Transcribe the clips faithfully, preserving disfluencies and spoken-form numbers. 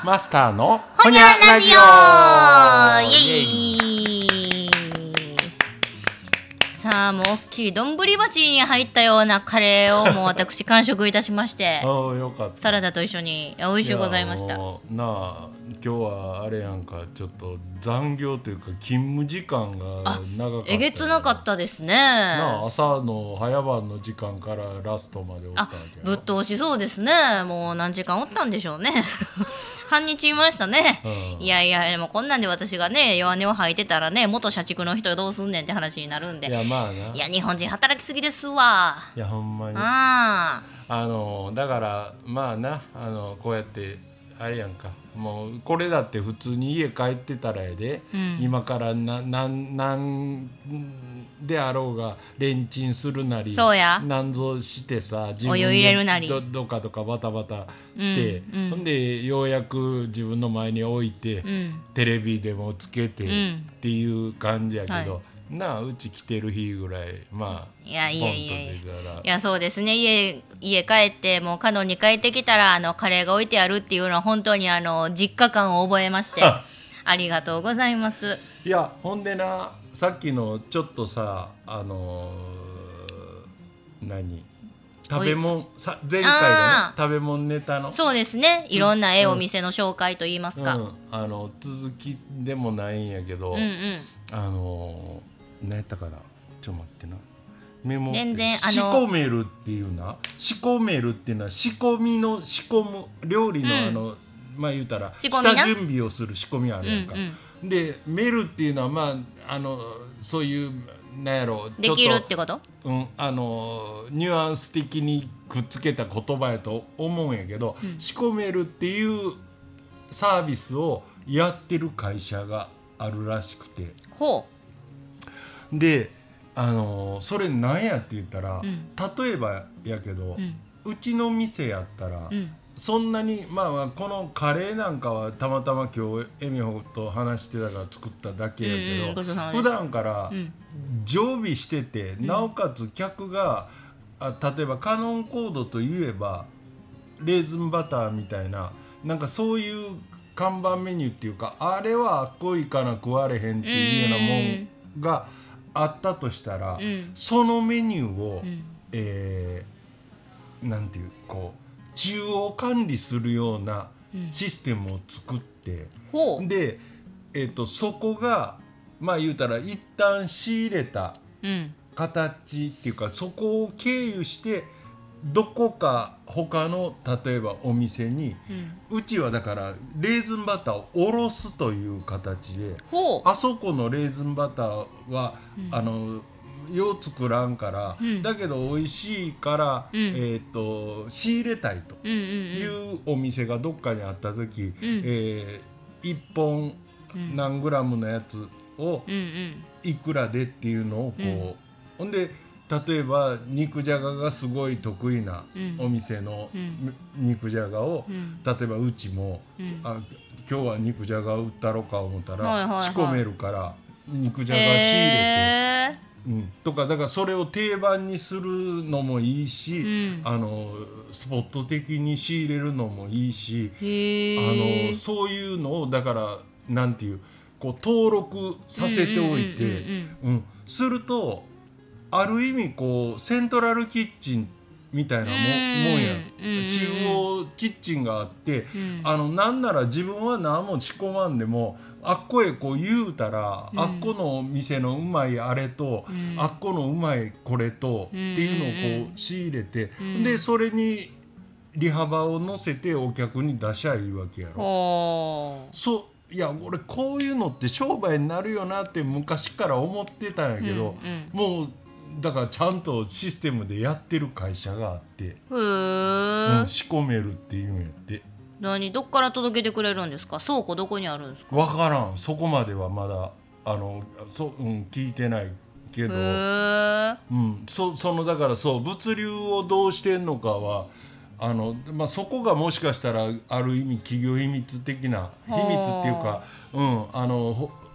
マスターのほにゃラジオイエイ。さあもう大きい丼鉢に入ったようなカレーをもう私完食いたしましてああよかった。 サラダと一緒にいや美味しゅうございました。 なあ今日はあれやんか、ちょっと残業というか勤務時間が長かった。 えげつなかったですね。 なあ朝の早晩の時間からラストまでおったわけやろ。 ぶっ通しそうですね。もう何時間おったんでしょうね半日いましたね、うん、いやいやでもこんなんで私がね弱音を吐いてたらね元社畜の人どうすんねんって話になるんで、 いやまあないや日本人働きすぎですわ。 いやほんまにああのだからまあなあのこうやってあれやんか、もうこれだって普通に家帰ってたらやで、うん、今からななんなんであろうがレンチンするなりそうやなんぞしてさ自分お湯入れるなりど, どかとかバタバタして、 うんうん、 ほんでようやく自分の前に置いて、うん、テレビでもつけて、うん、っていう感じやけど、はい、なあうち来てる日ぐらいまあいやいやいやいやいやそうですね。家家帰ってもうカノンに帰ってきたらあのカレーが置いてあるっていうのは本当にあの実家感を覚えましてありがとうございます。 いやほんでなさっきのちょっとさあのー、何食べ物さ前回がね食べ物ネタのそうですねいろんな絵お店の紹介といいますか、 うんうん、あの続きでもないんやけど、うんうん、あのー、何やったかなちょっと待ってなメモ全然あの仕込めるっていうな仕込めるっていうのは仕込みの仕込む料理のあの、うん、まあ言うたら下準備をする仕込みあるやんか、うんうん、でメルっていうのはまああのそういうなんやろできるってこと、 うん、あのニュアンス的にくっつけた言葉やと思うんやけど、うん、仕込めるっていうサービスをやってる会社があるらしくて、 ほうであのそれなんやって言ったら、うん、例えばやけど、うん、うちの店やったら、うん、そんなにまあこのカレーなんかはたまたま今日エミホと話してたから作っただけやけど、うんうん、普段から常備してて、うん、なおかつ客があ例えばカノンコードといえばレーズンバターみたいななんかそういう看板メニューっていうかあれはあっこいかな食われへんっていうようなもんがあったとしたら、うん、そのメニューを、うんえー、なんていうこう中央管理するようなシステムを作って、うん、で、えーと、そこがまあ言うたら一旦仕入れた形っていうか、うん、そこを経由してどこか他の例えばお店に、うん、うちはだからレーズンバターをおろすという形であそこのレーズンバターは、うん、あのよう作らんから、うん、だけど美味しいから、うんえー、と仕入れたいというお店がどっかにあった時、うんえー、いっぽん何グラムのやつをいくらでっていうのをこう、うん、ほんで例えば肉じゃががすごい得意なお店の肉じゃがを、うん、例えばうちも、うん、あ今日は肉じゃが売ったろか思ったら、はいはいはい、仕込めるから肉じゃが仕入れて、うん、とかだからそれを定番にするのもいいし、うん、あのスポット的に仕入れるのもいいしあのそういうのをだからなんていうこう登録させておいてするとある意味こうセントラルキッチンみたいなも ん, もんや中央キッチンがあって、うん、あのなんなら自分は何も仕込まんでもあっこへこう言うたら、うん、あっこの店のうまいあれと、うん、あっこのうまいこれと、うん、っていうのをこう仕入れて、うん、でそれに利幅を乗せてお客に出しゃいいわけやろ。そういや俺こういうのって商売になるよなって昔から思ってたんやけど、うんうん、もうだからちゃんとシステムでやってる会社があってへ、うん、仕込めるっていうんやって。 何どっから届けてくれるんですか？倉庫どこにあるんですか？ 分からんそこまではまだあのそ、うん、聞いてないけど、うん、そ, そのだからそう物流をどうしてんのかはあの、まあ、そこがもしかしたらある意味企業秘密的な秘密っていうか、うん、あの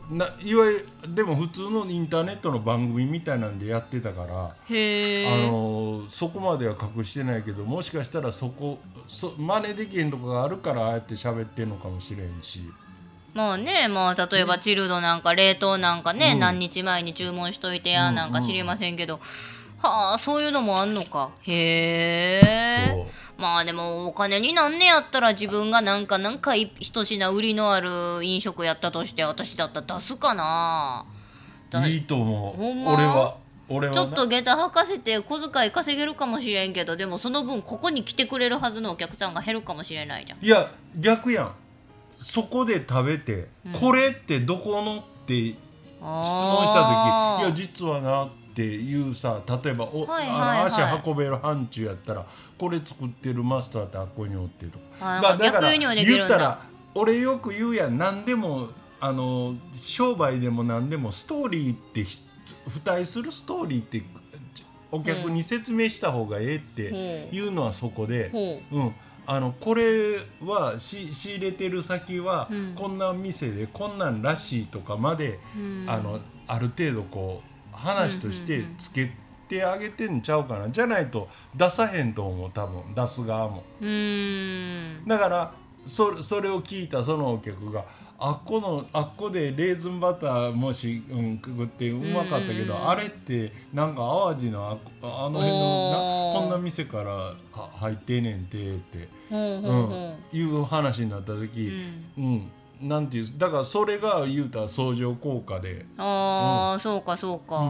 ないわゆるでも普通のインターネットの番組みたいなんでやってたから、 へあのそこまでは隠してないけど、もしかしたらそこそ真似できへんとこがあるからああやって喋ってんのかもしれんし。 まあね、まあ例えばチルドなんか冷凍なんかね、 うん、 何日前に注文しといてやなんか知りませんけど、うんうん、はあそういうのもあんのか。へえ。まあでもお金になんねやったら自分がなんかなんか一品売りのある飲食やったとして私だったら出すかな。 いいと思う。ほんま俺は俺はちょっと下駄履かせて小遣い稼げるかもしれんけど、でもその分ここに来てくれるはずのお客さんが減るかもしれないじゃん。 いや逆やん。そこで食べて、うん、これってどこのって質問した時、いや実はなっていうさ、例えばお、はいはいはい、あの足運べる範疇やったらこれ作ってるマスターってあっこにおってとか、 まあ、だから言ったら俺よく言うやん、何でもあの商売でも何でもストーリーって付帯するストーリーってお客に説明した方がええっていうのはそこで、うん、うんあのこれはし仕入れてる先は、うん、こんな店でこんなんらしいとかまで、うん、あのある程度こう話としてつけてあげてんちゃうかな、じゃないと出さへんと思う、多分出す側も。 うーんだからそ、それを聞いたそのお客があっこのあっこでレーズンバターもし、うん、くぐってうまかったけど、あれってなんか淡路の あ, あの辺のなこんな店から入ってんねんてって、うんうん、いう話になった時、うん、うん、なんていうだからそれが言うたら相乗効果で、 ああ、うん、そうかそうか、うん、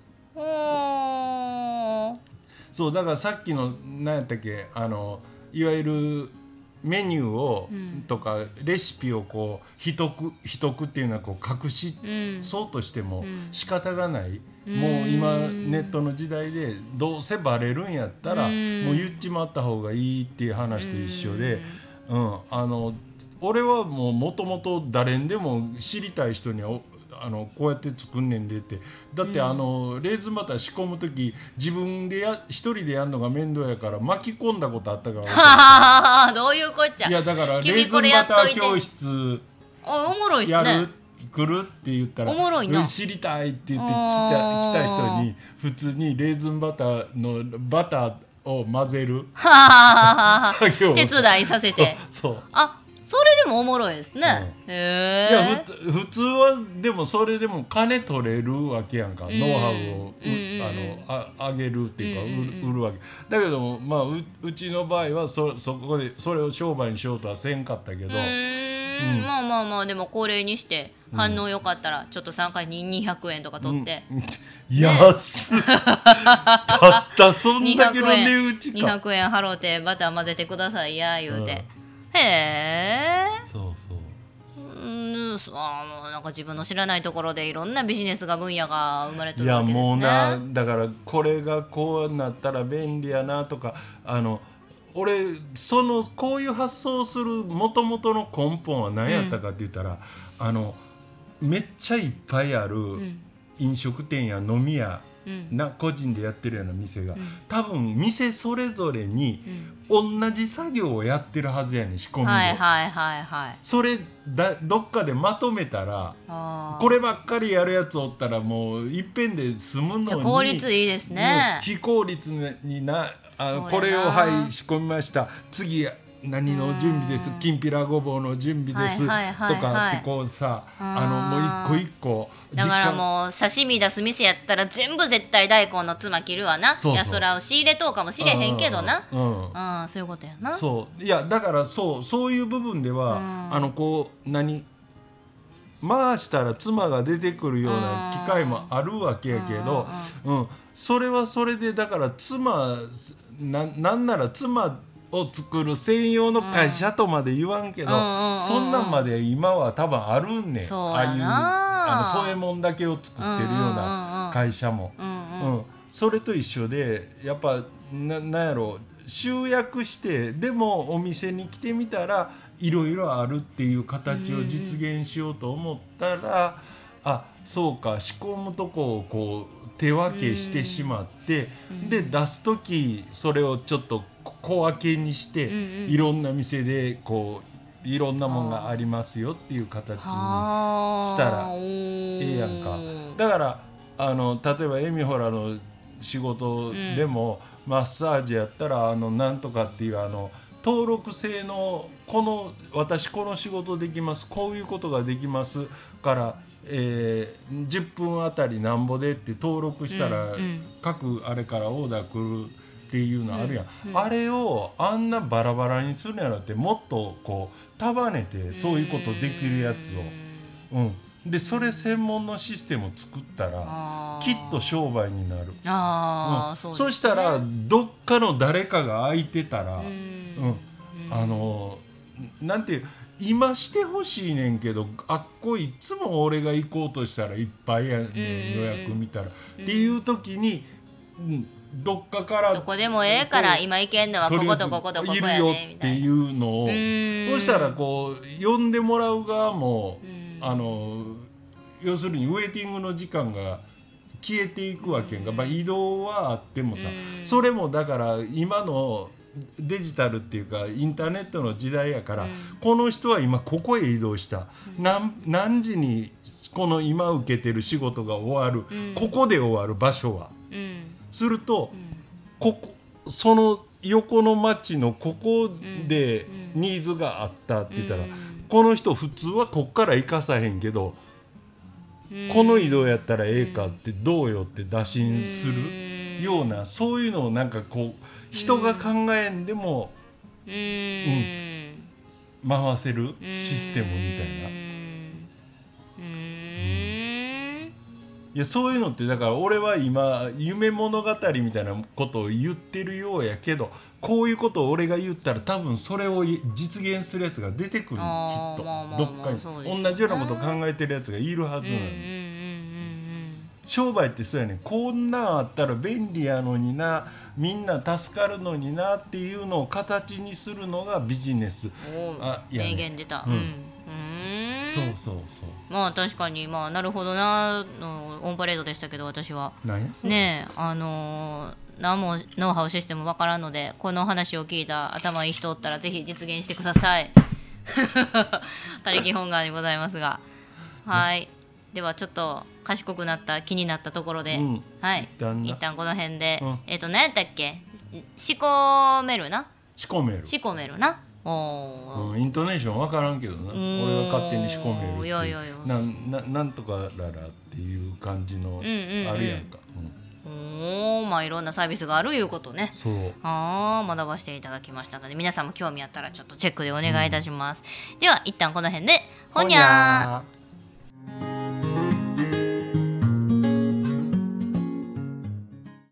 あそうだからさっきの何やったっけ、あのいわゆるメニューを、うん、とかレシピをこう秘匿秘匿っていうのはこう隠し、うん、そうとしても仕方がない、うん、もう今ネットの時代でどうせバレるんやったら、うん、もう言っちまった方がいいっていう話と一緒で、うん、あの俺はもうもともと誰にでも知りたい人にはあのこうやって作んねんでって、だって、うん、あのレーズンバター仕込むとき自分でや一人でやるのが面倒やから巻き込んだことあったからどういうこっちゃ。 いやだからレーズンバター教室おもろいっすね、 やる来るって言ったらおもろいな、 知りたいって言って来た、来た人に普通にレーズンバターのバターを混ぜる作業を手伝いさせて、 そうそう、 あそれでもおもろいですね、うん、へえ。いやふ普通はでもそれでも金取れるわけやんか、うん、ノウハウを、うん、あのあ上げるっていうか、うん、売るわけだけども、まあ、う, うちの場合は そ, そこでそれを商売にしようとはせんかったけど、うん、 まあまあまあでも恒例にして反応良かったらちょっとさんかいににひゃくえんとか取って、 うん、安っ、ね、たったそんだけの値打ちか、 にひゃくえん払うてバター混ぜてくださいや言うて、うん、へえ、 そうそう、 うん、あもうなんか自分の知らないところでいろんなビジネスが分野が生まれてるわけですね。いやもうな、だからこれがこうなったら便利やなとか、あの俺そのこういう発想をする元々の根本は何やったかって言ったら、うん、あのめっちゃいっぱいある飲食店や飲み屋、うん、な個人でやってるような店が、うん、多分店それぞれに同じ作業をやってるはずやねん、仕込みで、 はいはいはいはい、 それだどっかでまとめたらこればっかりやるやつおったらもういっぺんで済むのに効率いいですね、 非効率になあのこれをはい仕込みました、次何の準備です、きんぴらごぼうの準備です、はいはいはいはい、とかってこうさ、あのもう一個一個だからもう刺身出す店やったら全部絶対大根のつま切るわな、そうそう、いやそらを仕入れとうかもしれへんけどな、うんうん、そういうことやな。 そういやだからそうそういう部分では、うん、あのこう何回したら妻が出てくるような機会もあるわけやけど、うんうん、それはそれでだから妻 な, なんなら妻を作る専用の会社とまで言わんけど、うん、そんなんまで今は多分あるんねん、ああいうあの添え物だけを作ってるような会社も、うんうんうん、それと一緒でやっぱ な, なんやろ集約して、でもお店に来てみたらいろいろあるっていう形を実現しようと思ったら、うん、あそうか仕込むとこをこう手分けしてしまって、うん、で出す時それをちょっと小分けにして、うんうん、いろんな店でこいろんなもんがありますよっていう形にしたらええやんか。だからあの例えばエミホラの仕事でも、うん、マッサージやったらあのなんとかっていうあの登録制のこの私この仕事できますこういうことができますから、えー、じゅっぷんあたりなんぼでって登録したら、うんうん、各あれからオーダー来るっていうのあるやん、うんうん、あれをあんなバラバラにするんやろってもっとこう束ねてそういうことできるやつを、うん、でそれ専門のシステムを作ったらきっと商売になる。あ、うん、そうですね。そしたらどっかの誰かが空いてたら、うん、あのなんていう今してほしいねんけどあっこいつも俺が行こうとしたらいっぱいやねん予約見たらっていう時に、うん、どっかからどこでもええから今行けんのはこことこことここやねみたいな。 いるよっていうのをそしたらこう呼んでもらう側もあの要するにウェイティングの時間が消えていくわけんが、まあ、移動はあってもさそれもだから今のデジタルっていうかインターネットの時代やから、うん、この人は今ここへ移動した、うん、何, 何時にこの今受けてる仕事が終わる、うん、ここで終わる場所は、うん、すると、うん、ここその横の町のここでニーズがあったって言ったら、うん、この人普通はこっから行かさへんけど、うん、この移動やったらええかってどうよって打診するようなそういうのをなんかこう人が考えんでも、うんうん、回せるシステムみたいな、うん、いやそういうのってだから俺は今夢物語みたいなことを言ってるようやけどこういうことを俺が言ったら多分それを実現するやつが出てくるのきっと、まあまあまあ、どっかに、ね、同じようなことを考えてるやつがいるはずなの、うんうんうんうん、商売ってそうやねんこんなんあったら便利やのになみんな助かるのになっていうのを形にするのがビジネス。 あいや、ね、名言出た、うん、うんそうそうそうまあ確かにまあなるほどなのオンパレードでしたけど私は何やそれねえあのー、何もノウハウシステムわからんのでこの話を聞いた頭いい人おったらぜひ実現してください他力本願でございますがはいではちょっと賢くなった気になったところで、うん、はい一旦この辺で、うん、えっ、ー、と何やったっけシコメルなシコメルシコメルなお、 うん、イントネーション分からんけどな俺が勝手にシコメルっていやいやいやな, な, なんとかららっていう感じの、うんうんうん、あるやんか、 うん、おまあいろんなサービスがあるいうことねそうあ学ばせていただきましたので皆さんも興味あったらちょっとチェックでお願いいたします、うん、では一旦この辺でほにゃー